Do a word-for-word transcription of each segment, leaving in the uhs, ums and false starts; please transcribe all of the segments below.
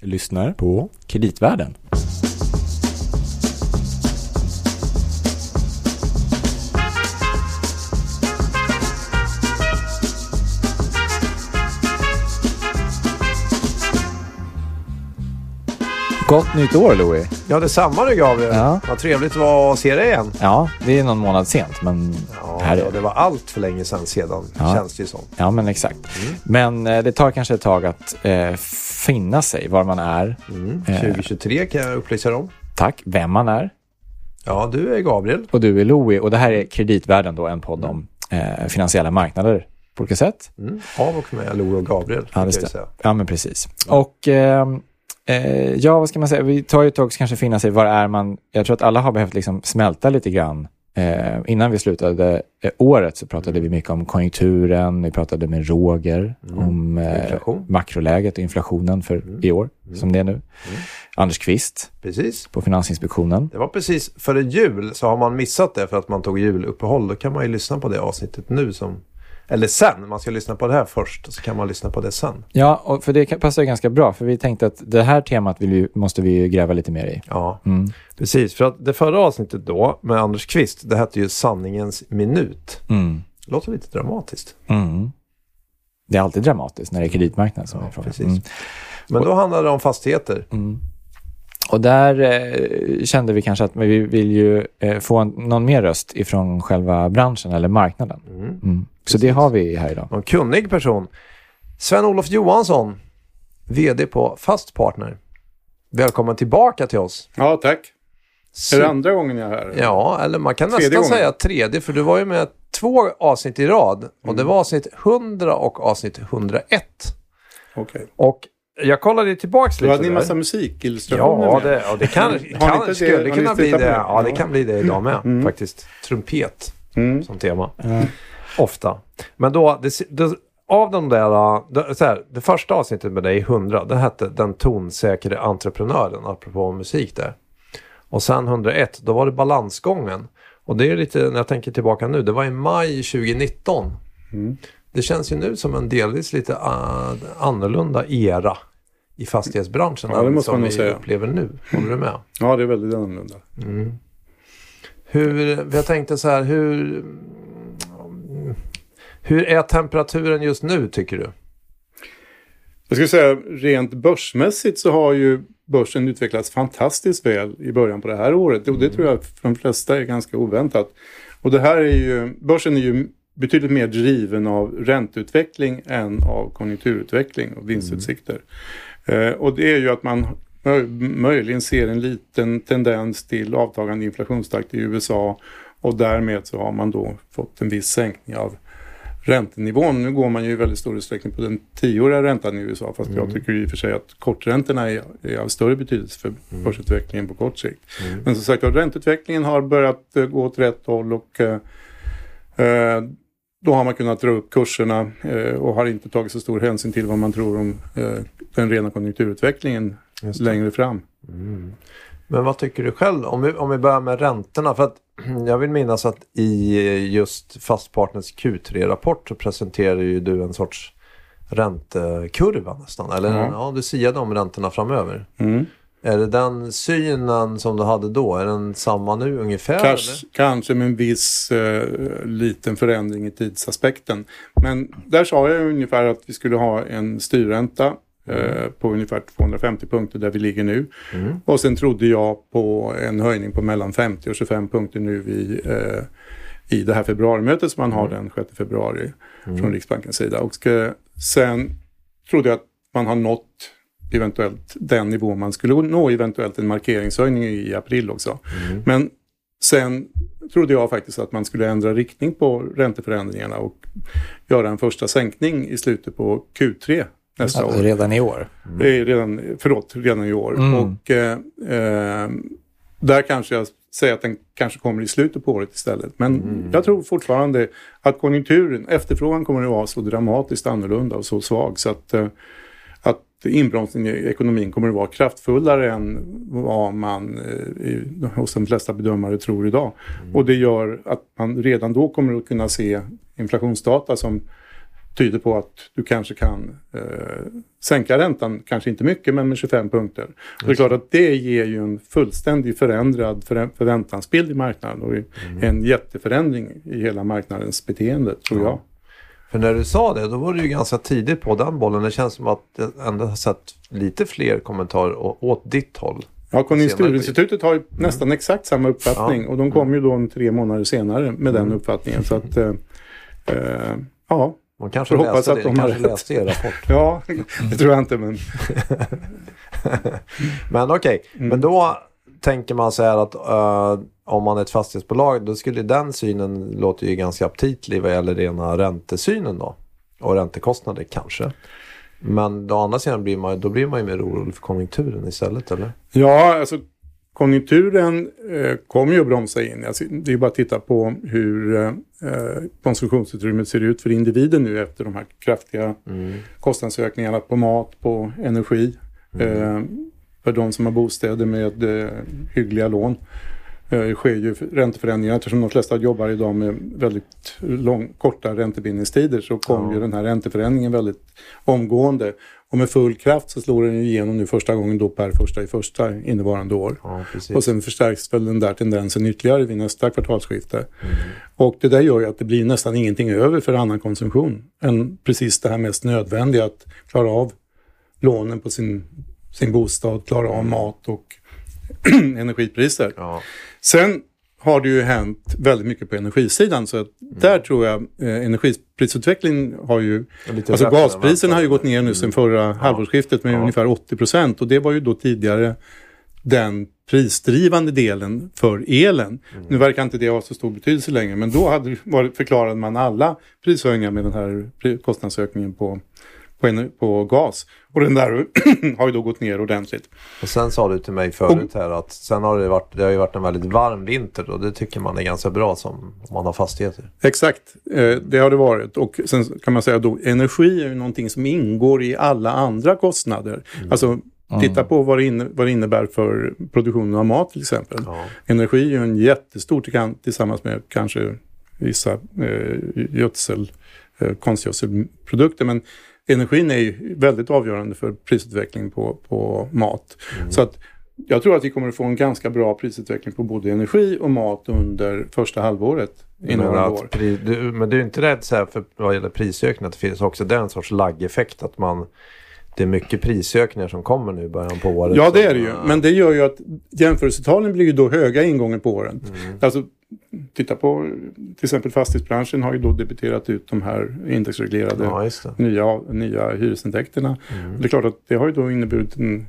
lyssnar på Kreditvärlden. Gott nytt år, Louis. Ja, detsamma du, Gabriel. Ja. Vad trevligt det var att se dig igen. Ja, det är någon månad sent, men ja, här är ja, det var allt för länge sedan sedan, ja. Känns det som. Ja, men exakt. Mm. Men eh, det tar kanske ett tag att eh, finna sig var man är. Mm. tjugohundratjugotre kan jag upplysa om. Tack. Vem man är. Ja, du är Gabriel. Och du är Louis. Och det här är Kreditvärlden då, en podd mm. om eh, finansiella marknader på olika sätt. Mm. Av och med Louis och Gabriel. Ja, det stämmer. Ja, men precis. Mm. Och... Eh, Eh, ja, vad ska man säga? Vi tar ju ett tag kanske finna sig var är man. Jag tror att alla har behövt liksom smälta lite grann. Eh, innan vi slutade eh, året så pratade vi mycket om konjunkturen. Vi pratade med Roger mm. om eh, makroläget och inflationen för mm. i år, mm. som det är nu. Mm. Anders Kvist precis. På Finansinspektionen. Det var precis före jul, så har man missat det för att man tog juluppehåll. Då kan man ju lyssna på det avsnittet nu som... Eller sen, man ska lyssna på det här först, så kan man lyssna på det sen. Ja, och för det passar ganska bra, för vi tänkte att det här temat vill vi, måste vi ju gräva lite mer i. Ja, mm. precis. För att det förra avsnittet då, med Anders Kvist, det hette ju Sanningens minut. Mm. Det låter lite dramatiskt. Mm. Det är alltid dramatiskt när det är kreditmarknaden som ja, är frågan. Precis. Mm. Men då handlar det om fastigheter. Mm. Och där eh, kände vi kanske att vi vill ju eh, få en, någon mer röst ifrån själva branschen eller marknaden. Mm. Mm. Så det har vi här idag. En kunnig person. Sven-Olof Johansson, vd på Fast Partner. Välkommen tillbaka till oss. Ja, tack. Så... Är det andra gången jag är här? Ja, eller man kan tredje nästan gången. säga tredje, för du var ju med två avsnitt i rad. Och mm. det var avsnitt hundra och avsnitt hundraett. Okej. Okay. Och jag kollade tillbaka lite. Du hade en massa musikillustrationer. Ja, det, ja, det kan, kan det, skulle det kunna bli det. Ja, det kan bli det idag med mm. faktiskt. Trumpet mm. som tema. Mm. Ofta. Men då, det, det, av de där, det, så här, det första avsnittet med dig, hundra, det hette Den tonsäkre entreprenören, apropå musik där. Och sen hundraett, då var det balansgången. Och det är lite, när jag tänker tillbaka nu, det var i maj tjugonitton. Mm. Det känns ju nu som en delvis lite uh, annorlunda era i fastighetsbranschen. Ja, det måste som man vi säga. upplever nu. Håller du med? Ja, det är väldigt annorlunda. Mm. Hur, jag tänkte så här, hur... Hur är temperaturen just nu, tycker du? Jag skulle säga, rent börsmässigt så har ju börsen utvecklats fantastiskt väl i början på det här året. Och det tror jag för de flesta är ganska oväntat. Och det här är ju, börsen är ju betydligt mer driven av ränteutveckling än av konjunkturutveckling och vinstutsikter. Mm. Eh, och det är ju att man möjligen ser en liten tendens till avtagande inflationstakt i U S A. Och därmed så har man då fått en viss sänkning av räntenivån. Nu går man ju i väldigt stor utsträckning på den tioåriga räntan i U S A, fast mm. jag tycker i och för sig att korträntorna är, är av större betydelse för mm. börsutvecklingen på kort sikt. Mm. Men som sagt, ränteutvecklingen har börjat uh, gå åt rätt håll och uh, uh, då har man kunnat dra upp kurserna uh, och har inte tagit så stor hänsyn till vad man tror om uh, den rena konjunkturutvecklingen längre fram. Mm. Men vad tycker du själv? Om vi, om vi börjar med räntorna, för att jag vill minnas att i just Fast Partners Q tre-rapport så presenterar ju du en sorts räntekurva nästan. Eller mm. ja, du siade om räntorna framöver. Mm. Är det den synen som du hade då? Är den samma nu ungefär? Kanske, kanske med en viss uh, liten förändring i tidsaspekten. Men där sa jag ungefär att vi skulle ha en styrränta Mm. på ungefär tvåhundrafemtio punkter där vi ligger nu. Mm. Och sen trodde jag på en höjning på mellan femtio och tjugofem punkter nu i, eh, i det här februarimötet som man har mm. den sjätte februari mm. från Riksbankens sida. Och ska, sen trodde jag att man har nått eventuellt den nivå man skulle nå, eventuellt en markeringshöjning i april också. Mm. Men sen trodde jag faktiskt att man skulle ändra riktning på ränteförändringarna och göra en första sänkning i slutet på Q tre. Nästa alltså, år. Redan i år? Mm. Redan, förlåt, redan i år. Mm. Och eh, eh, där kanske jag säger att den kanske kommer i slutet på året istället. Men mm. jag tror fortfarande att konjunkturen, efterfrågan kommer att vara så dramatiskt annorlunda och så svag. Så att, eh, att inbromsningen i ekonomin kommer att vara kraftfullare än vad man eh, hos de flesta bedömare tror idag. Mm. Och det gör att man redan då kommer att kunna se inflationsdata som tyder på att du kanske kan eh, sänka räntan, kanske inte mycket, men med tjugofem punkter. Mm. Det är klart att det ger ju en fullständigt förändrad för, förväntansbild i marknaden och mm. en jätteförändring i hela marknadens beteende, tror jag. För när du sa det, då var det ju ganska tidigt på den bollen. Det känns som att jag ändå har sett lite fler kommentarer åt ditt håll. Ja, Konjunkturinstitutet har ju mm. nästan exakt samma uppfattning. Ja. Och de kom ju då en tre månader senare med mm. den uppfattningen. Så att, eh, eh, ja... Man kanske läste att de kanske läste er rapport. Ja, det tror jag inte, men... men okej, okay. mm. men då tänker man så här att uh, om man är ett fastighetsbolag, då skulle den synen låta ju ganska aptitlig vad gäller rena räntesynen då. Och räntekostnader kanske. Men å andra sidan blir man, då blir man ju mer orolig för konjunkturen istället, eller? Ja, alltså konjunkturen eh, kommer ju att bromsa in. Alltså, det är bara att titta på hur eh, konsumtionsutrymmet ser ut för individen nu efter de här kraftiga mm. kostnadsökningarna på mat, på energi. Mm. Eh, för de som har bostäder med eh, hyggliga lån. Det sker ju ränteförändringar eftersom de flesta jobbar idag med väldigt lång, korta räntebindningstider, så kom ja. ju den här ränteförändringen väldigt omgående. Och med full kraft så slår den ju igenom nu första gången då per första i första innevarande år. Ja, och sen förstärks väl den där tendensen ytterligare vid nästa kvartalsskifte. Mm. Och det där gör ju att det blir nästan ingenting över för annan konsumtion än precis det här mest nödvändiga, att klara av lånen på sin, sin bostad, klara av mat och energipriser. Ja. Sen har det ju hänt väldigt mycket på energisidan, så att mm. där tror jag eh, energiprisutvecklingen har ju, alltså gaspriserna har ju gått ner nu sedan förra mm. halvårsskiftet med ja. ungefär åttio procent, och det var ju då tidigare den prisdrivande delen för elen. Mm. Nu verkar inte det ha så stor betydelse längre, men då hade varit, förklarade man alla prishöjningar med den här kostnadsökningen på På, på gas. Och den där har ju då gått ner ordentligt. Och sen sa du till mig förut här att sen har det varit, det har ju varit en väldigt varm vinter, och det tycker man är ganska bra som om man har fastigheter. Exakt, eh, det har det varit. Och sen kan man säga då, energi är ju någonting som ingår i alla andra kostnader. Mm. Alltså titta på vad det, inne, vad det innebär för produktionen av mat till exempel. Ja. Energi är ju en jättestor tillsammans med kanske vissa eh, gödsel, eh, konstgödselprodukter, men energin är ju väldigt avgörande för prisutvecklingen på, på mat. Mm. Så att jag tror att vi kommer att få en ganska bra prisutveckling på både energi och mat under första halvåret innevarande år. Pri, du, men du är inte rädd så här för vad gäller prisökningar, att det finns också den sorts laggeffekt att man, det är mycket prisökningar som kommer nu i början på året. Ja, det är det ju. Men det gör ju att jämförelsetalen blir ju då höga ingången på åren. Mm. Alltså titta på till exempel fastighetsbranschen har ju då debiterat ut de här indexreglerade ja, nya, nya hyresintäkterna. Mm. Det är klart att det har ju då inneburit en,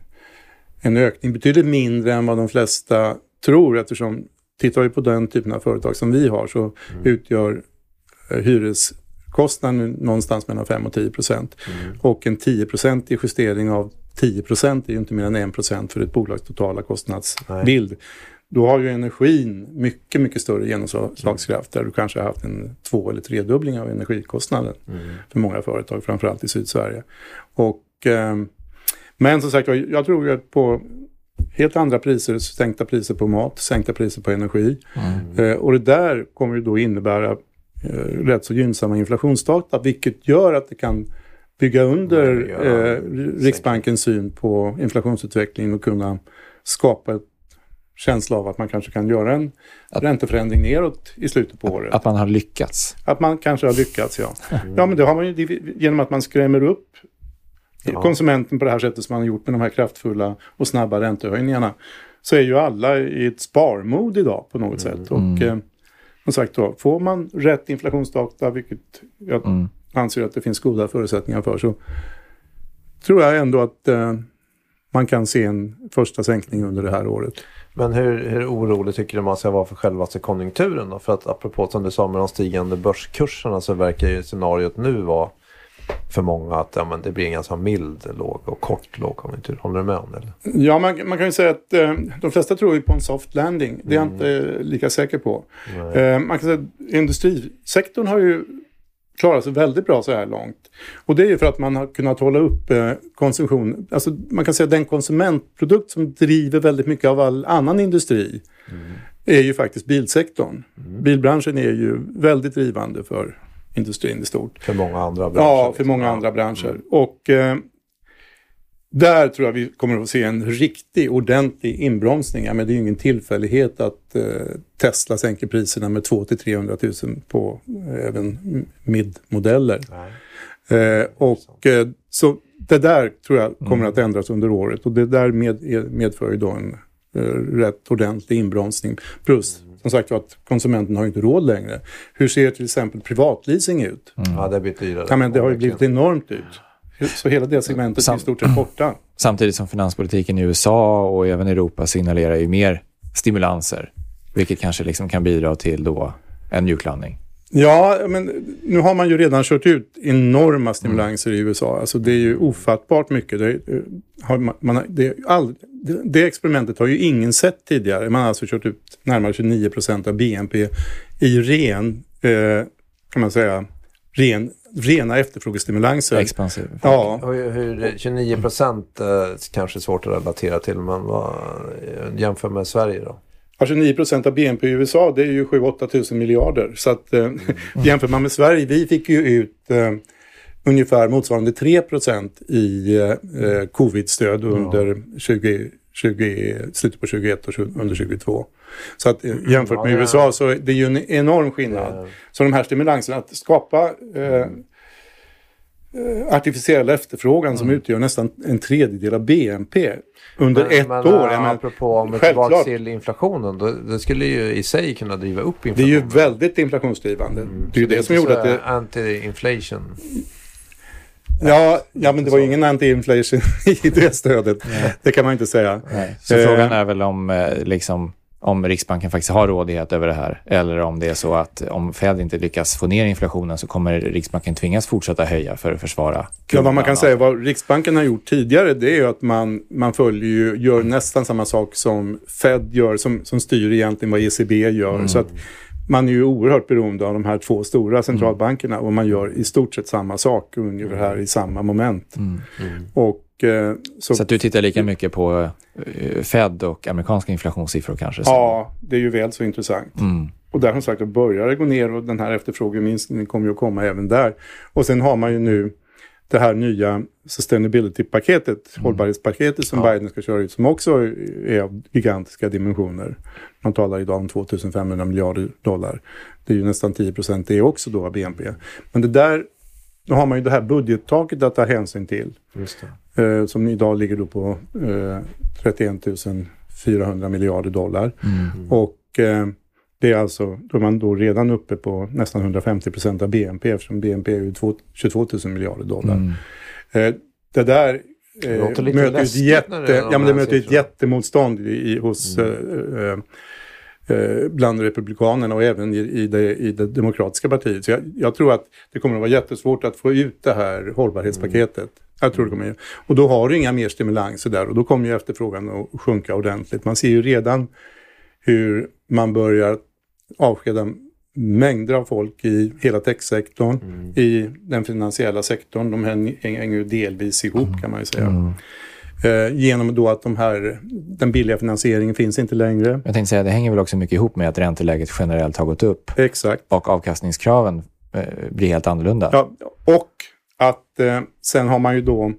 en ökning betydligt mindre än vad de flesta tror, eftersom tittar vi på den typen av företag som vi har så mm. utgör eh, hyreskostnaden någonstans mellan fem och tio procent. Mm. Och en tio procent i justering av tio procent är ju inte mer än en procent för ett bolags totala kostnadsbild. Nej. Då har ju energin mycket, mycket större genomslagskraft, där du kanske har haft en två- eller tredubbling av energikostnaden mm. för många företag, framförallt i Sydsverige. Och, eh, men som sagt, jag, jag tror att på helt andra priser, sänkta priser på mat, sänkta priser på energi. Mm. Eh, och det där kommer ju då innebära eh, rätt så gynnsamma inflationsdata, vilket gör att det kan bygga under eh, Riksbankens syn på inflationsutvecklingen och kunna skapa ett känsla av att man kanske kan göra en att, ränteförändring neråt i slutet på året. Att man har lyckats. Att man kanske har lyckats, ja. Mm. Ja, men det har man ju genom att man skrämmer upp ja. konsumenten på det här sättet som man har gjort med de här kraftfulla och snabba räntehöjningarna. Så är ju alla i ett sparmod idag på något mm. sätt. Och mm. eh, som sagt då, får man rätt inflationsdata, vilket jag mm. anser att det finns goda förutsättningar för, så tror jag ändå att eh, man kan se en första sänkning under det här året. Men hur, hur orolig tycker du man ska vara för själva konjunkturen då? För att apropå som du sa med de stigande börskurserna, så verkar ju scenariot nu vara för många att ja, men det blir en ganska mild låg och kort lågkonjunktur. Håller du med om det? Eller? Ja, man, man kan ju säga att eh, de flesta tror ju på en soft landing. Det är jag mm. inte eh, lika säker på. Eh, man kan säga att industrisektorn har ju klarar sig väldigt bra så här långt. Och det är ju för att man har kunnat hålla upp eh, konsumtion. Alltså man kan säga att den konsumentprodukt som driver väldigt mycket av all annan industri mm. är ju faktiskt bilsektorn. Mm. Bilbranschen är ju väldigt drivande för industrin i stort. För många andra branscher. Ja, för många andra branscher. Mm. Och eh, där tror jag vi kommer att se en riktig, ordentlig inbromsning. Men det är ju ingen tillfällighet att eh, Tesla sänker priserna med tvåhundra till trehundratusen på eh, även mid-modeller. Eh, och eh, så det där tror jag kommer mm. att ändras under året. Och det där med, medför ju då en eh, rätt ordentlig inbromsning. Plus, mm. som sagt, att konsumenten har ju inte råd längre. Hur ser till exempel privatleasing ut? Mm. Ja, det betyder det. Ja, men det har ju blivit enormt dyrt. Så hela det segmentet Sam- är i stort sett borta. Samtidigt som finanspolitiken i U S A och även Europa signalerar ju mer stimulanser. Vilket kanske liksom kan bidra till då en mjuklandning. Ja, men nu har man ju redan kört ut enorma stimulanser mm. i U S A. Alltså det är ju ofattbart mycket. Det, har man, man, det, all, det, det experimentet har ju ingen sett tidigare. Man har alltså kört ut närmare tjugonio procent av B N P i ren, eh, kan man säga, ren, rena efterfrågestimulanser. Expansiv. Ja. Och hur, tjugonio procent eh, kanske svårt att relatera till, men vad, jämför med Sverige då? Alltså nio procent av B N P i U S A, det är ju sju till åtta tusen miljarder. Så att eh, mm. jämför man med Sverige, vi fick ju ut eh, ungefär motsvarande tre procent i eh, covid-stöd under mm. tjugo, tjugo, slutet på tjugoett och under tjugotvå. Så att eh, jämfört med ja, U S A ja. så det är ju en enorm skillnad. Ja. Så de här stimulanserna att skapa eh, mm. artificiell efterfrågan mm. som utgör nästan en tredjedel av B N P under men, ett men, år. Men, apropå om vi tillbaka till inflationen, då, det skulle ju i sig kunna driva upp inflationen. Det är ju väldigt inflationsdrivande. Mm. Det är ju det, det som gjorde att det... Anti-inflation. Ja, ja, men det var ju ingen anti-inflation i det stödet. Nej. Det kan man inte säga. Nej. Så eh. frågan är väl om liksom om Riksbanken faktiskt har rådighet över det här, eller om det är så att om Fed inte lyckas få ner inflationen så kommer Riksbanken tvingas fortsätta höja för att försvara. Ja, vad man kan säga, vad Riksbanken har gjort tidigare, det är ju att man, man följer ju, gör nästan samma sak som Fed gör, som, som styr egentligen vad E C B gör. Mm. Så att man är ju oerhört beroende av de här två stora centralbankerna mm. och man gör i stort sett samma sak ungefär här i samma moment. Mm. Mm. Och Så, så att du tittar lika mycket på Fed och amerikanska inflationssiffror kanske? Så. Ja, det är ju väl så intressant. Mm. Och där har sagt att börjar det gå ner och den här efterfrågeminskningen kommer ju att komma även där. Och sen har man ju nu det här nya sustainability-paketet, mm. hållbarhetspaketet som ja. Biden ska köra ut, som också är av gigantiska dimensioner. Man talar idag om två tusen femhundra miljarder dollar. Det är ju nästan tio procent det också då av B N P. Men det där, då har man ju det här budgettaket att ta hänsyn till. Just det. Eh, som idag ligger då på eh, trettioen tusen fyrahundra miljarder dollar. Mm. Och eh, det är alltså, då är man då redan uppe på nästan hundrafemtio procent av B N P, eftersom B N P är ju tjugotvå tusen miljarder dollar. Mm. Eh, det där eh, det möter ett, jätte, ja, men det möter ett jättemotstånd i, i, hos mm. eh, eh, bland republikanerna och även i, i, det, i det demokratiska partiet. Så jag, jag tror att det kommer att vara jättesvårt att få ut det här hållbarhetspaketet. Mm. Jag tror det kommer. Och då har du inga mer stimulanser där och då kommer ju efterfrågan att sjunka ordentligt. Man ser ju redan hur man börjar avskeda mängder av folk i hela techsektorn, mm. i den finansiella sektorn. De hänger ju delvis ihop mm. kan man ju säga. Mm. Eh, genom då att de här, den billiga finansieringen finns inte längre. Jag tänkte säga, det hänger väl också mycket ihop med att ränteläget generellt har gått upp. Exakt. Och avkastningskraven eh, blir helt annorlunda. Ja, och att eh, sen har man ju då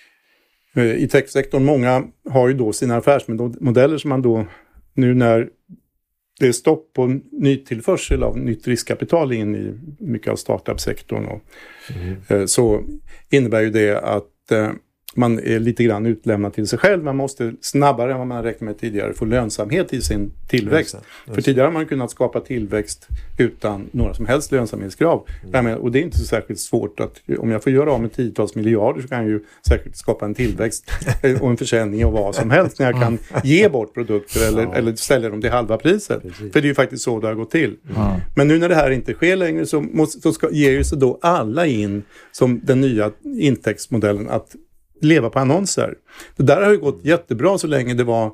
eh, i techsektorn, många har ju då sina affärsmodeller som man då, nu när det är stopp på nytillförsel av nytt riskkapital in i mycket av startup-sektorn och, mm. eh, så innebär ju det att eh, man är lite grann utlämnad till sig själv. Man måste snabbare än vad man räknat med tidigare få lönsamhet i sin tillväxt. Just det, just det. För tidigare har man kunnat skapa tillväxt utan några som helst lönsamhetskrav. Mm. Och det är inte så särskilt svårt att, om jag får göra av med tiotals miljarder så kan jag ju säkert skapa en tillväxt och en försäljning och vad som helst när jag kan ge bort produkter eller, ja. eller sälja dem till halva priset. Precis. För det är ju faktiskt så det har gått till. Mm. Men nu när det här inte sker längre så, måste, så ska, ger ju sig då alla in som den nya intäktsmodellen att leva på annonser. Det där har ju gått jättebra så länge det var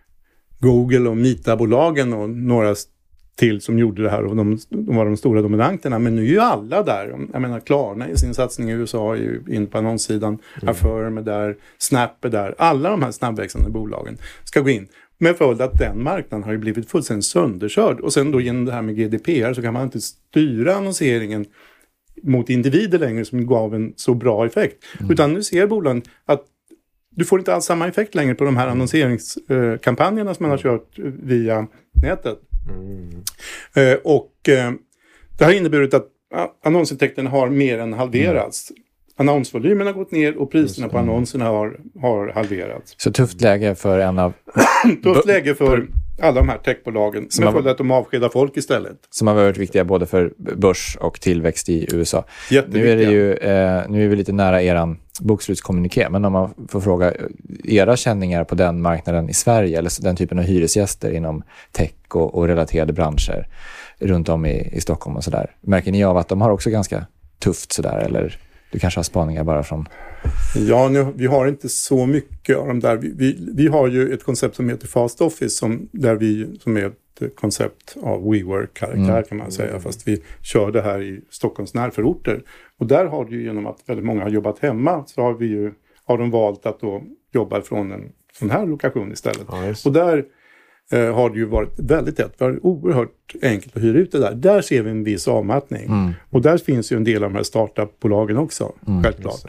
Google och Meta-bolagen och några till som gjorde det här och de, de var de stora dominanterna. Men nu är ju alla där. Jag menar, Klarna i sin satsning i U S A är ju in på annonssidan. Mm. Affirm är där, Snap är där. Alla de här snabbväxande bolagen ska gå in. Med följd att den marknaden har ju blivit fullständigt sönderkörd. Och sen då genom det här med G D P R så kan man inte styra annonseringen mot individer längre som gav en så bra effekt. Mm. Utan nu ser bolagen att du får inte alls samma effekt längre på de här annonseringskampanjerna som man har kört via nätet. Mm. Eh, och eh, det har inneburit att annonsintäkterna har mer än halverats. Mm. Annonsvolymen har gått ner och priserna på annonserna har, har halverats. Så tufft läge för en av... tufft läge för alla de här techbolagen. Som har fått att de avskedar folk istället. Som har varit viktiga både för börs och tillväxt i U S A. Nu är det ju, eh, nu är vi lite nära eran bokslutskommuniké. Men om man får fråga era känningar på den marknaden i Sverige. Eller den typen av hyresgäster inom tech och, och relaterade branscher runt om i, i Stockholm och sådär. Märker ni av att de har också ganska tufft sådär? Eller du kanske har spaningar bara från... Ja, nu, vi har inte så mycket av de där. Vi, vi, vi har ju ett koncept som heter Fast Office som, där vi, som är ett koncept av WeWork-karaktär mm. kan man säga. Fast vi kör det här i Stockholms närförorter. Och där har det ju genom att väldigt många har jobbat hemma så har vi ju, har de valt att då jobba från en sån här lokation istället. Ja, och där eh, har det ju varit väldigt tätt. Det var oerhört enkelt att hyra ut det där. Där ser vi en viss avmattning. Mm. Och där finns ju en del av de här startup-bolagen också, mm, självklart.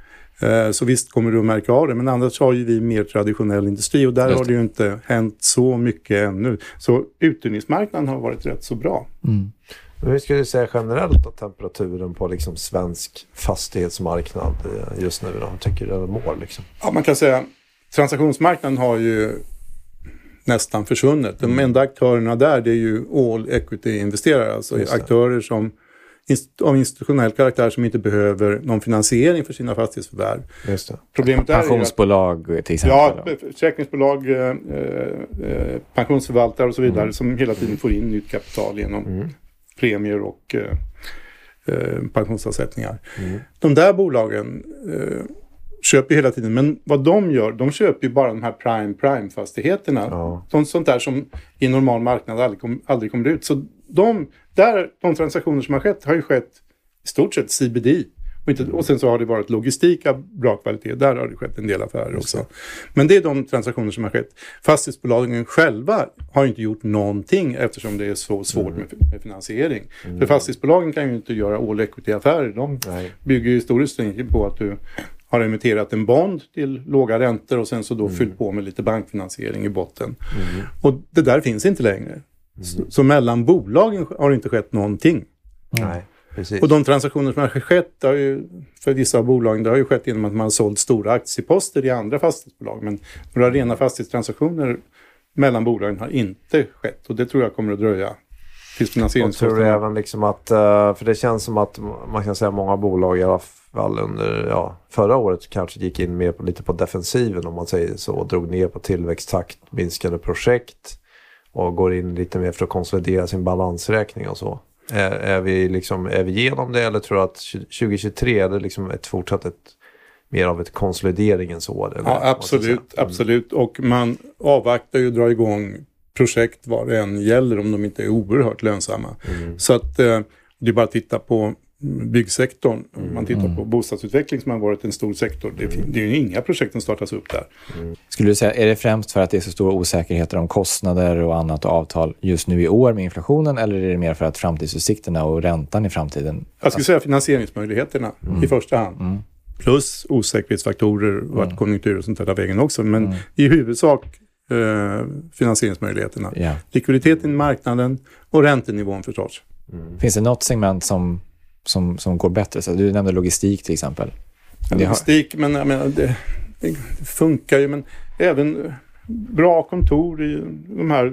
Så visst kommer du att märka av det. Men annars har ju vi mer traditionell industri. Och där har det ju inte hänt så mycket ännu. Så uthyrningsmarknaden har varit rätt så bra. Mm. Men hur skulle du säga generellt att temperaturen på liksom svensk fastighetsmarknad just nu då? Tycker du det mår liksom? Ja, man kan säga transaktionsmarknaden har ju nästan försvunnit. De enda aktörerna där det är ju all equity-investerare. Alltså aktörer som av institutionell karaktär som inte behöver någon finansiering för sina fastighetsförvärv. Just det. Problemet är pensionsbolag att, till exempel. Ja, försäkringsbolag, eh, eh, pensionsförvaltare och så vidare mm. som hela tiden får in nytt kapital genom mm. premier och eh, eh, pensionsavsättningar. Mm. De där bolagen eh, köper hela tiden, men vad de gör, de köper ju bara de här prime prime fastigheterna. Ja. De, sånt där som i normal marknad aldrig, kom, aldrig kommer ut. Så de, där, de transaktioner som har skett har ju skett i stort sett C B D. Och, inte, och sen så har det varit logistik av bra kvalitet. Där har det skett en del affärer också. Men det är de transaktioner som har skett. Fastighetsbolagen själva har inte gjort någonting eftersom det är så svårt mm. med, med finansiering. Mm. För fastighetsbolagen kan ju inte göra all equity-affärer. De Nej. bygger ju stor utsträckning på att du har emitterat en bond till låga räntor och sen så då mm. fyllt på med lite bankfinansiering i botten. Mm. Och det där finns inte längre. Mm. Så, så mellan bolagen har det inte skett någonting. Mm. Nej, precis. Och de transaktioner som har skett har ju, för vissa av bolagen, det har ju skett genom att man har sålt stora aktieposter i andra fastighetsbolag. Men några rena fastighetstransaktioner mellan bolagen har inte skett. Och det tror jag kommer att dröja. Och tror du även liksom att, för det känns som att man kan säga många bolag i alla fall under ja, förra året kanske gick in mer på, lite på defensiven om man säger så, och drog ner på tillväxttakt, minskade projekt och går in lite mer för att konsolidera sin balansräkning och så. Är, är, vi, liksom, är vi igenom det eller tror du att tjugohundratjugotre är det liksom ett fortsatt ett, mer av ett konsolideringens år? Eller? Ja, absolut, mm. absolut. Och man avvaktar ju att dra igång projekt vad det än gäller om de inte är oerhört lönsamma. Mm. Så att eh, det är bara att titta på byggsektorn. Mm. Man tittar på bostadsutveckling som har varit en stor sektor. Det, mm. det är ju inga projekt som startas upp där. Mm. Skulle du säga, är det främst för att det är så stora osäkerheter om kostnader och annat och avtal just nu i år med inflationen eller är det mer för att framtidsutsikterna och räntan i framtiden? Jag skulle säga finansieringsmöjligheterna mm. i första hand. Mm. Plus osäkerhetsfaktorer och mm. konjunkturer och sånt där vägen också. Men mm. i huvudsak eh, finansieringsmöjligheterna. Yeah. Likviditeten i marknaden och räntenivån förstås. Mm. Finns det något segment som Som, som går bättre? Så du nämnde logistik till exempel. Logistik, men jag menar, det, det funkar ju. Men även bra kontor i de här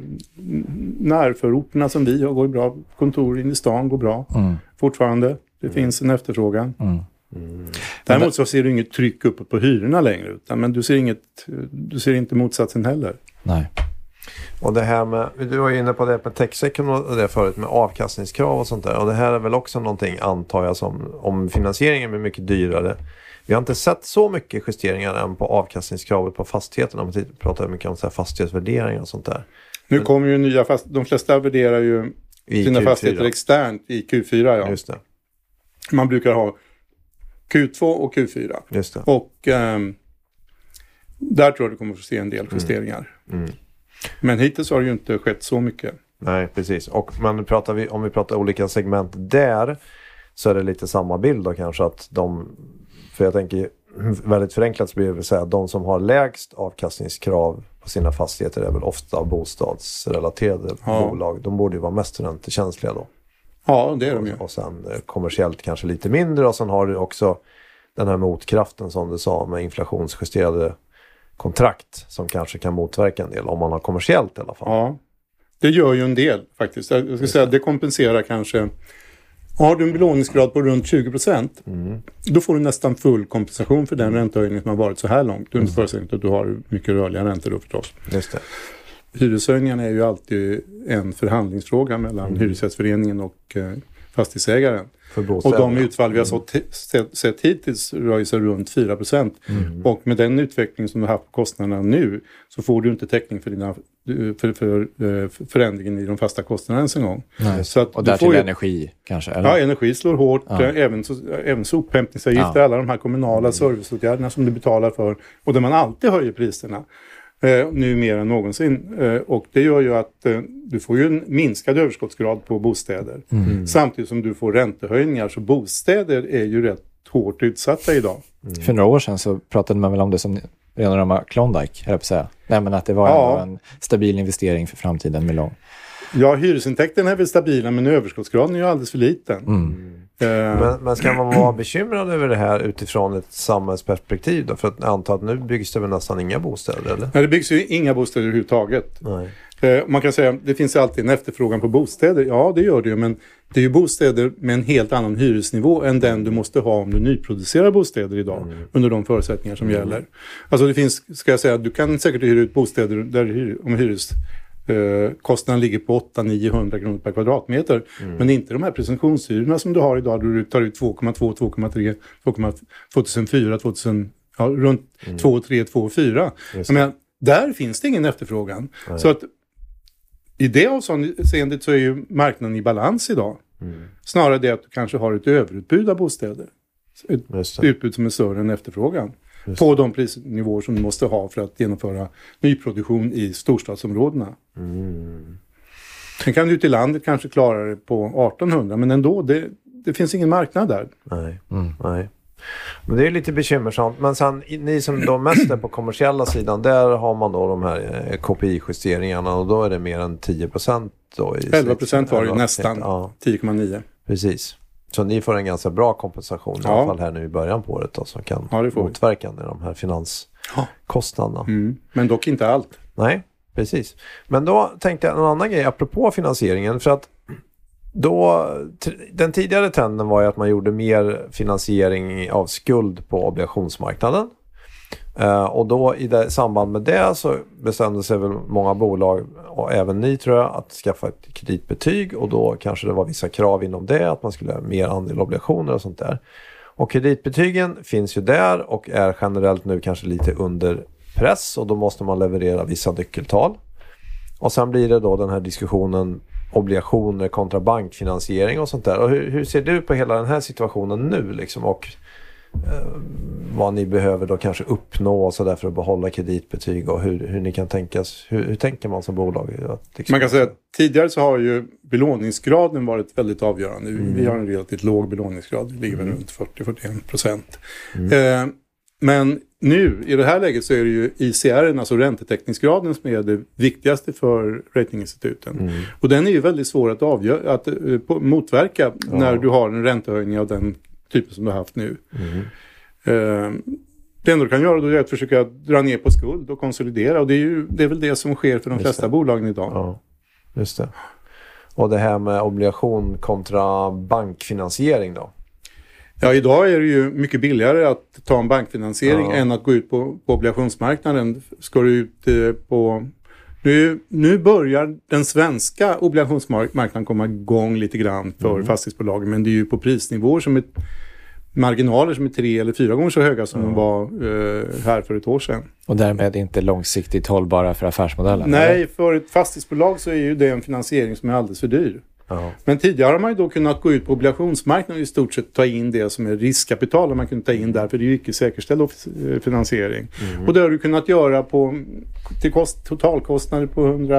närförorterna som vi har går bra. Kontor in i stan går bra mm. fortfarande. Det mm. finns en efterfrågan. Mm. Mm. Däremot så ser du inget tryck uppåt på hyrorna längre. Utan, men du ser, inget, du ser inte motsatsen heller. Nej. Och det här med, du var ju inne på det med techsektorn och det förut med avkastningskrav och sånt där. Och det här är väl också någonting, antar jag, som om finansieringen blir mycket dyrare. Vi har inte sett så mycket justeringar än på avkastningskravet på fastigheterna. Om man pratar mycket om så här fastighetsvärderingar och sånt där. Nu kommer ju nya fast, de flesta värderar ju I sina Q fyra. Fastigheter externt i Q fyra. Ja. Just det. Man brukar ha Q två och Q fyra. Just det. Och um, där tror jag du kommer att få se en del justeringar. Mm. Mm. Men hittills har det ju inte skett så mycket. Nej, precis. Och men pratar vi, om vi pratar olika segment där så är det lite samma bild då kanske att de, för jag tänker väldigt förenklat så blir det säga att de som har lägst avkastningskrav på sina fastigheter är väl ofta bostadsrelaterade ja. bolag. De borde ju vara mest räntekänsliga då. Ja, det är de ju. Och, och sen kommersiellt kanske lite mindre och sen har du också den här motkraften som du sa med inflationsjusterade kontrakt som kanske kan motverka en del om man har kommersiellt i alla fall. Ja, det gör ju en del faktiskt. Jag ska säga att det kompenserar kanske. Har du en belåningsgrad på runt tjugo procent mm. då får du nästan full kompensation för den räntehöjning som har varit så här långt. Du mm. förutsätter att du har mycket rörliga räntor då förstås. Just det. Hyreshöjningen är ju alltid en förhandlingsfråga mellan mm. hyresgästföreningen och eh, fastighetsägaren. Och de utfall vi har mm. t- sett, sett hittills rör sig runt fyra procent. Mm. Och med den utveckling som du har haft på kostnaderna nu så får du inte täckning för, dina, för, för, för förändringen i de fasta kostnaderna ens en gång. Så att och därtill ju, energi kanske? Eller? Ja, energi slår hårt. Ja. Även, så, även sophämtningsavgifter, ja. alla de här kommunala mm. serviceåtgärderna som du betalar för. Och där man alltid höjer priserna. Eh, nu mer än någonsin. Eh, och det gör ju att eh, du får ju en minskad överskottsgrad på bostäder. Mm. Samtidigt som du får räntehöjningar. Så bostäder är ju rätt hårt utsatta idag. Mm. För några år sedan så pratade man väl om det som rena rama Klondike, jag på att säga. Nej, men att det var ja. en stabil investering för framtiden med lång. Ja, hyresintäkten är väl stabila men överskottsgraden är ju alldeles för liten. Mm. Uh, men, men ska man vara bekymrad över det här utifrån ett samhällsperspektiv då? För att jag antar att nu byggs det väl nästan inga bostäder, eller? Nej, det byggs ju inga bostäder överhuvudtaget. Nej. Uh, man kan säga att det finns alltid en efterfrågan på bostäder. Ja, det gör det ju, men det är ju bostäder med en helt annan hyresnivå än den du måste ha om du nyproducerar bostäder idag mm. under de förutsättningar som mm. gäller. Alltså det finns, ska jag säga, du kan säkert hyra ut bostäder där hyr, om hyres Uh, kostnaden ligger på åtta till niohundra kronor per kvadratmeter. Mm. Men inte de här presumtionshyrorna som du har idag. Då du tar ut två komma två, två komma tre, tvåtusenfyra, tvåtusen, ja, runt mm. två komma tre, två komma fyra. Men där finns det ingen efterfrågan. Nej. Så att i det avseendet så är ju marknaden i balans idag. Mm. Snarare det att du kanske har ett överutbud av bostäder. Ett utbud som är större än efterfrågan. Just. På de prisnivåer som du måste ha för att genomföra nyproduktion i storstadsområdena. Mm. Sen kan du ute i landet kanske klara det på artonhundra, men ändå, det, det finns ingen marknad där. Nej, mm. nej. Men det är lite bekymmersamt. Men sen, ni som då mest är på kommersiella sidan, där har man då de här K P I-justeringarna och då är det mer än tio procent då. I elva procent var det nästan, ja. tio komma nio. Precis. Så ni får en ganska bra kompensation ja. i alla fall här nu i början på året då, som kan ja, motverka de här finanskostnaderna. Mm. Men dock inte allt. Nej, precis. Men då tänkte jag en annan grej apropå finansieringen, för att då, den tidigare trenden var ju att man gjorde mer finansiering av skuld på obligationsmarknaden. Uh, och då i det, samband med det så bestämde sig väl många bolag och även ni tror jag att skaffa ett kreditbetyg, och då kanske det var vissa krav inom det att man skulle ha mer andel obligationer och sånt där. Och kreditbetygen finns ju där och är generellt nu kanske lite under press, och då måste man leverera vissa nyckeltal. Och sen blir det då den här diskussionen obligationer kontra bankfinansiering och sånt där. Och hur, hur ser du på hela den här situationen nu liksom, och vad ni behöver då kanske uppnå och så där för att behålla kreditbetyg, och hur, hur ni kan tänkas, hur, hur tänker man som bolag? Att liksom... Man kan säga att tidigare så har ju belåningsgraden varit väldigt avgörande. Mm. Vi har en relativt låg belåningsgrad, det ligger väl mm. runt fyrtio till fyrtioen procent. Mm. Eh, men nu i det här läget så är det ju I C R, alltså räntetäckningsgraden, som är det viktigaste för ratinginstituten. Mm. Och den är ju väldigt svår att, avgöra, att uh, motverka ja. när du har en räntehöjning av den typen som du har haft nu. Mm. Uh, det enda du kan göra då är att försöka dra ner på skuld och konsolidera. Och det är, ju, det är väl det som sker för de just flesta det. bolagen idag. Ja, just det. Och det här med obligation kontra bankfinansiering då? Ja, idag är det ju mycket billigare att ta en bankfinansiering ja. än att gå ut på, på obligationsmarknaden. Ska du ut eh, på... Nu, nu börjar den svenska obligationsmarknaden komma igång lite grann för mm. fastighetsbolagen. Men det är ju på prisnivåer som är marginaler som är tre eller fyra gånger så höga som mm. de var eh, här för ett år sedan. Och därmed inte långsiktigt hållbara för affärsmodellen? Nej, eller? För ett fastighetsbolag så är ju det en finansiering som är alldeles för dyr. Ja. Men tidigare har man ju då kunnat gå ut på obligationsmarknaden och i stort sett ta in det som är riskkapital, och man kunde ta in där, för det är ju icke säkerställd finansiering. Mm. Och det har du kunnat göra på till kost, totalkostnader på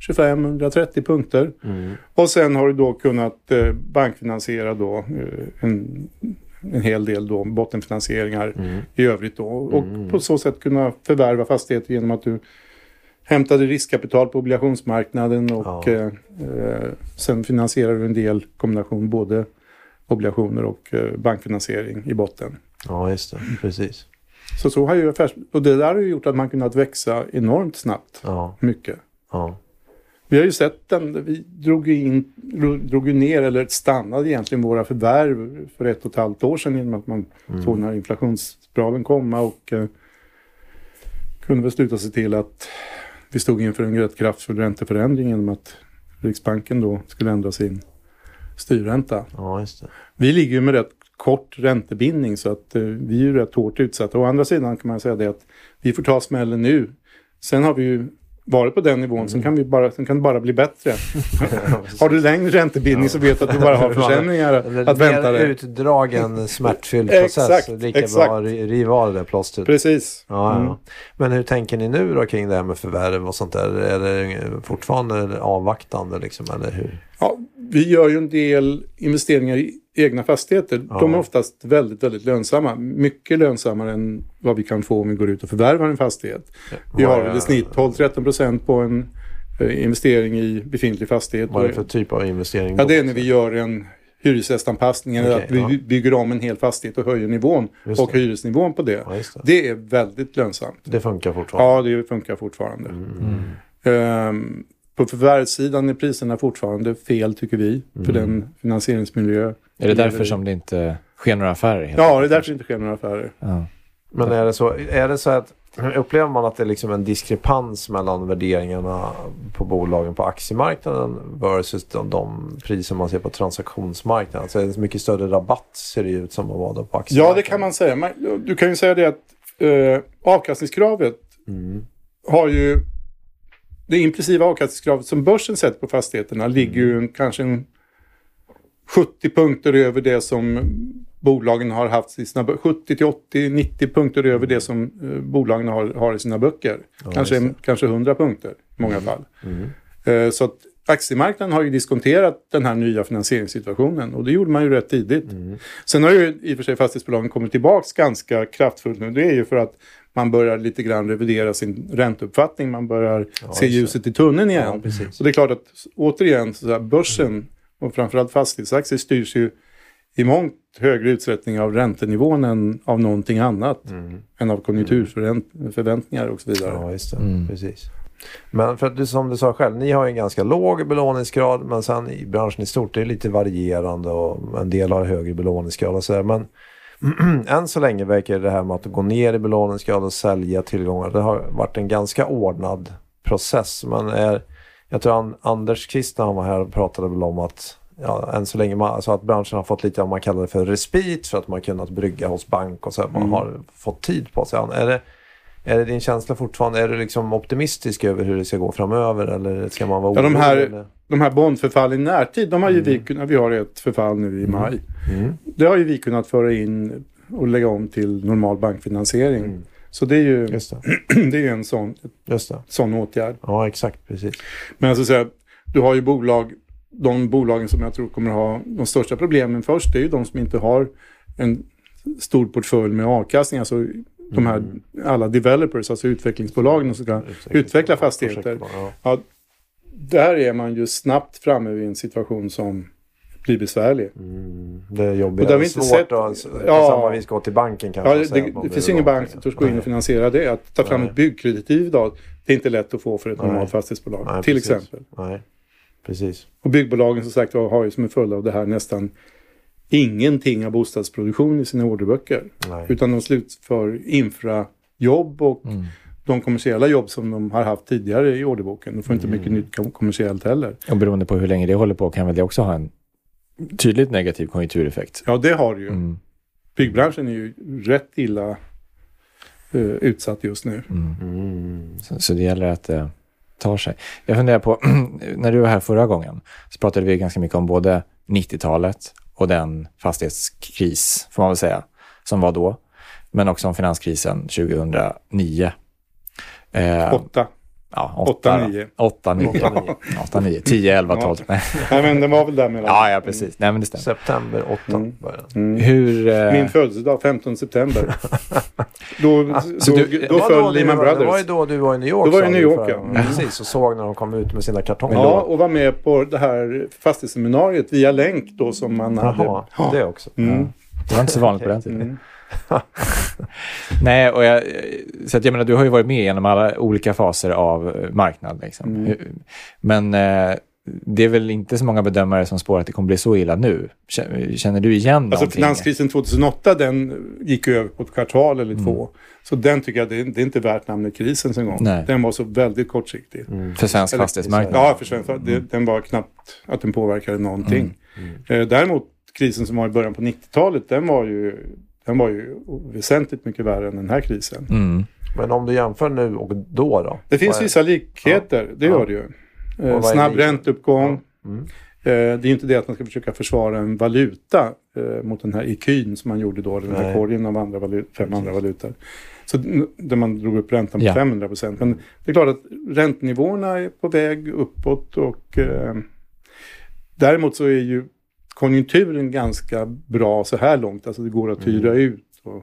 tjugofem till hundratrettio punkter. Mm. Och sen har du då kunnat eh, bankfinansiera då eh, en, en hel del då bottenfinansieringar mm. i övrigt då. Och mm. på så sätt kunna förvärva fastigheter genom att du hämtade riskkapital på obligationsmarknaden och ja. eh, eh, sen finansierar du en del kombination både obligationer och eh, bankfinansiering i botten. Ja, just det. Precis. Så så har ju affärs... Och det där har ju gjort att man kunnat växa enormt snabbt. Ja. Mycket. Ja. Vi har ju sett den, vi drog ju, in, drog ju ner eller stannade egentligen våra förvärv för ett och ett halvt år sedan genom att man mm. såg den här inflationsspiralen komma och eh, kunde väl sluta sig till att vi stod inför en rätt kraftfull ränteförändring genom att Riksbanken då skulle ändra sin styrränta. Ja, just det. Vi ligger ju med rätt kort räntebindning så att eh, vi är ju rätt hårt utsatta. Å andra sidan kan man säga det att vi får ta smällen nu. Sen har vi ju varit på den nivån, mm. sen kan vi bara, sen kan det bara bli bättre. Har du längre räntebindning ja. så vet du att du bara har försämringar att vänta dig. Utdragen, smärtfylld process. Exakt, lika exakt. Bra riva av det plåstret. Precis. Ja, mm. ja. Men hur tänker ni nu då kring det här med förvärv och sånt där? Är det fortfarande avvaktande liksom, eller hur? Ja, vi gör ju en del investeringar i egna fastigheter. Ja. De är oftast väldigt, väldigt lönsamma. Mycket lönsammare än vad vi kan få om vi går ut och förvärvar en fastighet. Ja. Vi har väl i snitt tolv till tretton procent på en eh, investering i befintlig fastighet. Vad är det för typ av investering? Ja, det är när vi gör en hyresgästanpassning. Okay, att vi ja. bygger om en hel fastighet och höjer nivån. Och hyresnivån på det. Ja, det. Det är väldigt lönsamt. Det funkar fortfarande? Ja, det funkar fortfarande. Mm. Um, På förvärvssidan är priserna fortfarande fel tycker vi mm. för den finansieringsmiljö. Är det därför som det inte sker några affärer? Helt ja, det är därför det inte sker några affärer. Ja. Men är det så, är det så att upplever man att det är liksom en diskrepans mellan värderingarna på bolagen på aktiemarknaden versus de, de priser man ser på transaktionsmarknaden? Alltså är det mycket större rabatt ser det ut som att vara då på aktiemarknaden? Ja, det kan man säga. Du kan ju säga det att eh, avkastningskravet mm. har ju det implicita avkastningskravet som börsen sätter på fastigheterna ligger ju en, kanske en sjuttio punkter över det som bolagen har haft i sina sjuttio till åttio nittio punkter över det som eh, bolagen har, har i sina böcker. Ja, kanske, kanske hundra punkter i många mm. fall. Mm. Eh, så att aktiemarknaden har ju diskonterat den här nya finansieringssituationen och det gjorde man ju rätt tidigt. Mm. Sen har ju i och för sig fastighetsbolagen kommit tillbaka ganska kraftfullt nu. Det är ju för att man börjar lite grann revidera sin ränteuppfattning. Man börjar ja, se ljuset i tunneln igen. Ja, så det är klart att återigen så här, börsen mm. och framförallt fastighetsaktier styrs ju i mångt högre utsträckning av räntenivån än av någonting annat. Mm. Än av konjunkturförväntningar och så vidare. Ja, just det. Mm. Precis. Men för att du, som du sa själv, ni har en ganska låg belåningsgrad men sen i branschen i stort är det lite varierande och en del har högre belåningsgrad och så där. Men än så länge verkar det här med att gå ner i belåningsgrad och sälja tillgångar, det har varit en ganska ordnad process. Men är, jag tror an, Anders Krist när han var här och pratade väl om att ja, än så länge man, alltså att branschen har fått lite vad man kallar det för respit för att man har kunnat brygga hos bank och så att man mm. har fått tid på sig. Är det Är det din känsla fortfarande? Är du liksom optimistisk över hur det ska gå framöver? Eller ska man vara orolig? Ja, de här, de här bondförfall i närtid, de har ju mm. vi kunnat, vi har ett förfall nu i maj. Mm. Det har ju vi kunnat föra in och lägga om till normal bankfinansiering. Mm. Så det är ju, Just det. det är ju en sån, Just det. sån åtgärd. Ja, exakt, precis. Men alltså så här, du har ju bolag, de bolagen som jag tror kommer ha de största problemen först, det är ju de som inte har en stor portfölj med avkastning, alltså de här, mm. alla developers, alltså utvecklingsbolagen som ska utveckla fastigheter. Ja. Ja, där är man ju snabbt framme vid en situation som blir besvärlig. Mm. Det är jobbigt. Det är svårt sett, att ja, samma vis gå till banken kanske. Ja, det, det, det finns ju ingen bank som törs gå in och finansiera det. Att ta fram Nej. ett byggkreditiv idag, det är inte lätt att få för ett Nej. normalt fastighetsbolag. Nej, till precis. exempel. Nej, precis. Och byggbolagen som sagt har ju som en följd av det här nästan ingenting av bostadsproduktion i sina orderböcker. Nej. Utan de slutför infrajobb och mm. de kommersiella jobb som de har haft tidigare i orderboken. De får inte mm. mycket nytt kommersiellt heller. Och beroende på hur länge det håller på kan väl det också ha en tydligt negativ konjunktureffekt. Ja, det har det ju. Mm. Byggbranschen är ju rätt illa uh, utsatt just nu. Mm. Mm. Så, så det gäller att uh, ta sig. Jag funderar på, när du var här förra gången så pratade vi ganska mycket om både nittiotalet och den fastighetskris, får man väl säga, som var då. Men också om finanskrisen tjugohundranio. Eh, Åtta. Ja, åtta nio. åtta nio. åtta nio. tio, elva, tolv. Nej, men det var väl där mellan. Ja, ja, precis. Nej, men det stämmer. September åtta Mm. började. Mm. Hur... Eh... Min födelsedag, femtonde september. då Så då, du- då Det var föll då du Lehman var- Det var ju Brothers. då du var i New York. Då var jag sa i du New York, för- ja. Mm. Precis, och såg när de kom ut med sina kartonger. Ja, och var med på det här fastighetsseminariet via länk då som man hade. Jaha, Ja. det också. Mm. Det var inte så vanligt på den tiden. Mm. Nej, och jag, så att jag menar, du har ju varit med genom alla olika faser av eh, marknad. Liksom. Mm. Hur- Men eh, det är väl inte så många bedömare som spår att det kommer bli så illa nu. Känner känner du igen Alltså någonting? finanskrisen tjugohundraåtta, den gick ju över på ett kvartal eller Mm. två. Så den tycker jag, det är, det är inte värt namnet krisen en gång. Nej. Den var så väldigt kortsiktig. Mm. För svensk Eller- fastighetsmarknad? Ja, för svensk, det, den var knappt att den påverkade någonting. Mm. Eh, däremot krisen som var i början på nittiotalet, den var ju, den var ju väsentligt mycket värre än den här krisen. Mm. Men om du jämför nu och då då? Det finns Vad är- vissa likheter, det Ja. gör det ju. vad Eh, är snabb likheter? ränteuppgång. Mm. Eh, det är inte det att man ska försöka försvara en valuta eh, mot den här ecun som man gjorde då, den här Nej. korgen av andra valu- fem andra valutor. Så n- där man drog upp räntan på Ja. femhundra procent. Men det är klart att räntenivåerna är på väg uppåt och eh, däremot så är ju konjunkturen ganska bra så här långt. Alltså det går att hyra Mm. ut. Och,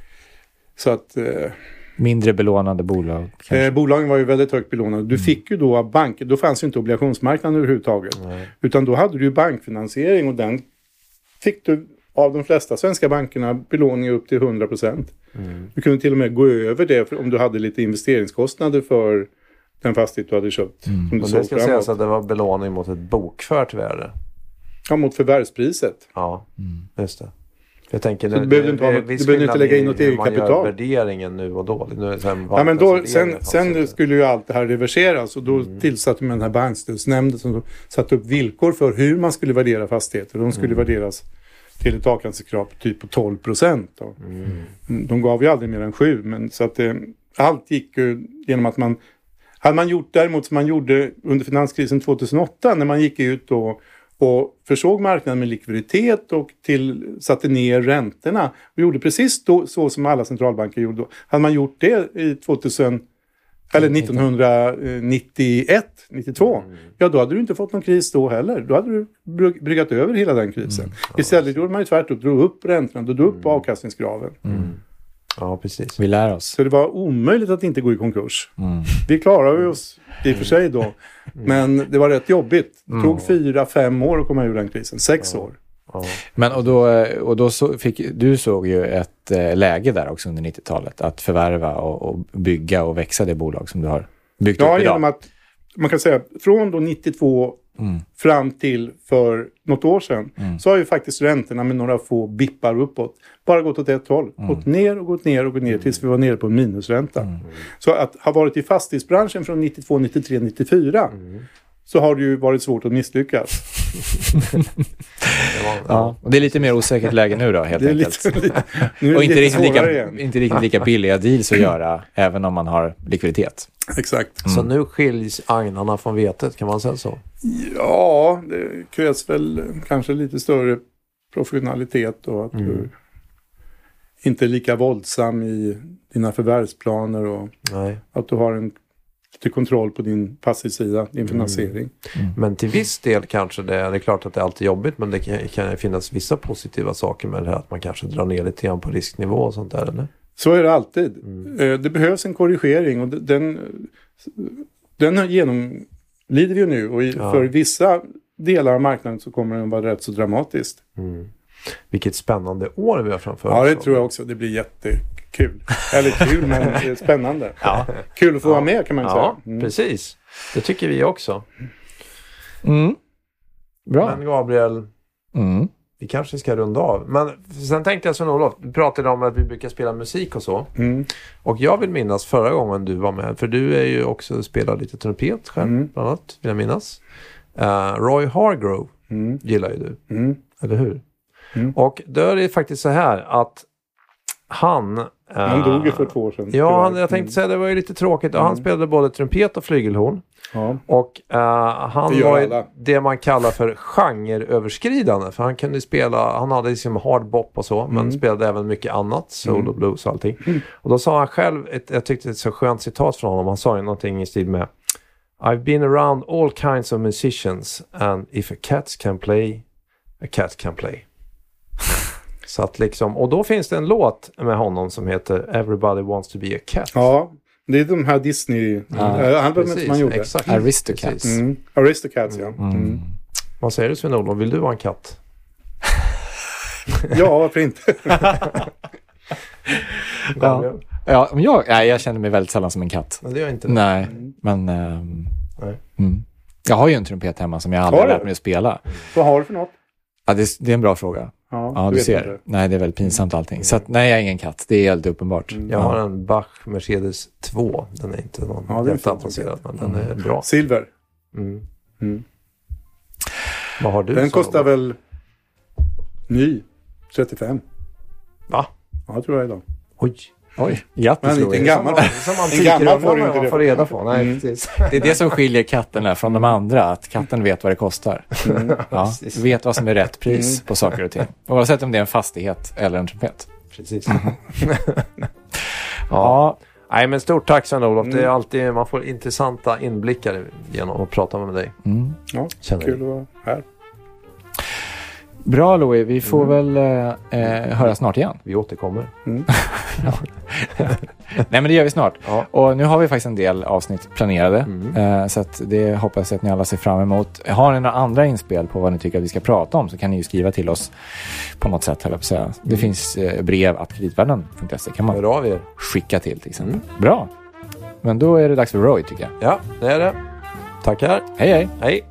så att eh, Mindre belånade bolag kanske? eh, bolagen var ju väldigt högt belånade. Du fick ju då av banker, då fanns ju inte obligationsmarknaden överhuvudtaget. Nej. Utan då hade du ju bankfinansiering och den fick du av de flesta svenska bankerna belåning upp till hundra procent. Mm. Du kunde till och med gå över det för om du hade lite investeringskostnader för den fastighet du hade köpt. Mm. Som du Men det såg ska framåt. sägas att det var belåning mot ett bokfört värde. Ja, mot förvärvspriset. Ja, Mm. just det. Jag tänker, Så du behöver inte ha något- du behöver inte lägga in något eget Man kapital. gör värderingen nu och då. Nu är det sen Ja, men då, marknadsvärderingen sen, fanns sen inte. skulle ju allt det här reverseras och då Mm. tillsatte man den här bankstödsnämnden som satte upp villkor för hur man skulle värdera fastigheter. De skulle Mm. värderas till ett avkastningskrav på typ på tolv procent. Då. Mm. De gav ju aldrig mer än sju, men så att det, allt gick ju genom att man hade man gjort däremot som man gjorde under finanskrisen tjugohundraåtta när man gick ut då och försåg marknaden med likviditet och till, satte ner räntorna och gjorde precis då, så som alla centralbanker gjorde då. Hade man gjort det i tvåtusen, eller nittonhundranittioett nittiotvå, Mm. ja då hade du inte fått någon kris då heller. Då hade du bry- bryggat över hela den krisen. Mm. Istället gjorde man ju tvärtom, drog upp räntorna, då drog upp avkastningskraven. Mm. Ja, precis. Vi lär oss. Så det var omöjligt att inte gå i konkurs. Mm. Vi klarade oss i och för sig då. Men det var rätt jobbigt. Det tog fyra, fem år att komma ur den krisen. Sex år. Ja. Men och då, och då så fick, du såg ju ett eh, läge där också under nittiotalet att förvärva och, och bygga och växa det bolag som du har byggt Ja, upp idag. genom att man kan säga från då nittiotvå Mm. fram till för något år sedan Mm. så har ju faktiskt räntorna med några få bippar uppåt bara gått åt ett håll. Mm. Gått ner och gått ner och gått ner tills vi var nere på en minusränta. Mm. Så att ha varit i fastighetsbranschen från nittiotvå, nittiotre, nittiofyra Mm. så har det ju varit svårt att misslyckas. Det var, Ja, och det är lite mer osäkert läge nu då, helt Det är enkelt. lite, lite, nu är Och det inte lite riktigt, svårare lika, igen. inte riktigt lika billiga deals att göra, även om man har likviditet. Exakt. Så nu skiljs agnarna från vetet, kan man säga så? Ja, det krävs väl kanske lite större professionalitet och att Mm. du inte är lika våldsam i dina förvärvsplaner och Nej. att du har en lite kontroll på din passivsida, din finansiering. Men till viss del kanske det är, det är klart att det är alltid jobbigt, men det kan, kan ju finnas vissa positiva saker med det här, att man kanske drar ner lite grann på risknivå och sånt där, eller? Så är det alltid. Mm. Eh, Det behövs en korrigering och den, den genomlider vi ju nu och i, Ja. för vissa delar av marknaden så kommer den vara rätt så dramatiskt. Mm. Vilket spännande år vi har framför Ja, det oss. tror jag också. Det blir jättekul. Eller kul, men det är spännande. Ja. Kul att få Ja. vara med kan man ju Ja, säga. Mm. precis. Det tycker vi också. Mm. Bra. Men Gabriel, Mm. vi kanske ska runda av. Men sen tänkte jag så Olof, vi pratade om att vi brukar spela musik och så. Mm. Och jag vill minnas förra gången du var med, för du är ju också spelar lite trumpet själv, Mm. bland annat, vill jag minnas. Uh, Roy Hargrove Mm. gillar ju du, Mm. eller hur? Mm. Och då är det faktiskt så här att han... Uh, Han dog ju för två år sedan. Ja, han, tyvärr. jag tänkte säga det var ju lite tråkigt. Och han Mm. spelade både trumpet och flygelhorn. Ja. Och uh, han Det gör var ju alla. det man kallar för genreöverskridande. För han kunde spela, han hade liksom hardbop och så, men Mm. spelade även mycket annat, soul Mm. och blues och allting. Och då sa han själv, ett, jag tyckte det är ett så skönt citat från honom, han sa ju någonting i stil med: I've been around all kinds of musicians and if a cat can play, a cat can play. Så att liksom, och då finns det en låt med honom som heter Everybody Wants to be a Cat. Ja, det är de här Disney-albumen som man gjorde. Exakt. Aristocats. Mm. Aristocats, ja. Mm. Mm. Vad säger du, Sven-Olof? Vill du vara en katt? Ja, varför inte? Ja. Ja, men jag, nej, jag känner mig väldigt sällan som en katt. Men det gör jag inte. Nej, Mm. men... ehm, Nej. Mm. Jag har ju en trumpet hemma som jag aldrig Har har du? lärt mig att spela. Vad har du för något? Ja, det, det är en bra fråga. Ja, Ja, du vet ser. inte. Nej, det är väldigt pinsamt allting. Så att, nej, jag är ingen katt. Det är helt uppenbart. Mm. Jag Ja. har en Bach Mercedes två. Den är inte någon Ja, det är jätteavancerad, men den är bra. Silver. Mm. Mm. Vad har du? Den så? kostar väl ny trettiofem. Va? Ja, jag tror jag idag. Oj. Oj, grattis Men inte Louis. en gammal. Som man En gammal får får du inte man det. får reda på. Nej, Mm. precis. Det är det som skiljer katterna från de andra. Att katten vet vad det kostar. Ja, Precis. vet vad som är rätt pris på saker och ting. Oavsett om det är en fastighet eller en trumpet. Precis. Ja, Ja. Nej, men stort tack Sven-Olof. Mm. Det är alltid, man får intressanta inblickar genom att prata med dig. mm. Ja, Känner kul att vara här. Bra Louis, vi får väl eh, eh, höra snart igen. Vi återkommer. Mm. Nej, men det gör vi snart. Ja. Och nu har vi faktiskt en del avsnitt planerade. Mm. Eh, så att det hoppas jag att ni alla ser fram emot. Har ni några andra inspel på vad ni tycker att vi ska prata om så kan ni ju skriva till oss på något sätt. Höll jag på att säga. Det finns eh, brev att kreditvärlden punkt se kan man Hör av er. skicka till till exempel. Mm. Bra. Men då är det dags för Roy tycker jag. Ja, det är det. Tackar. Hej hej. Hej.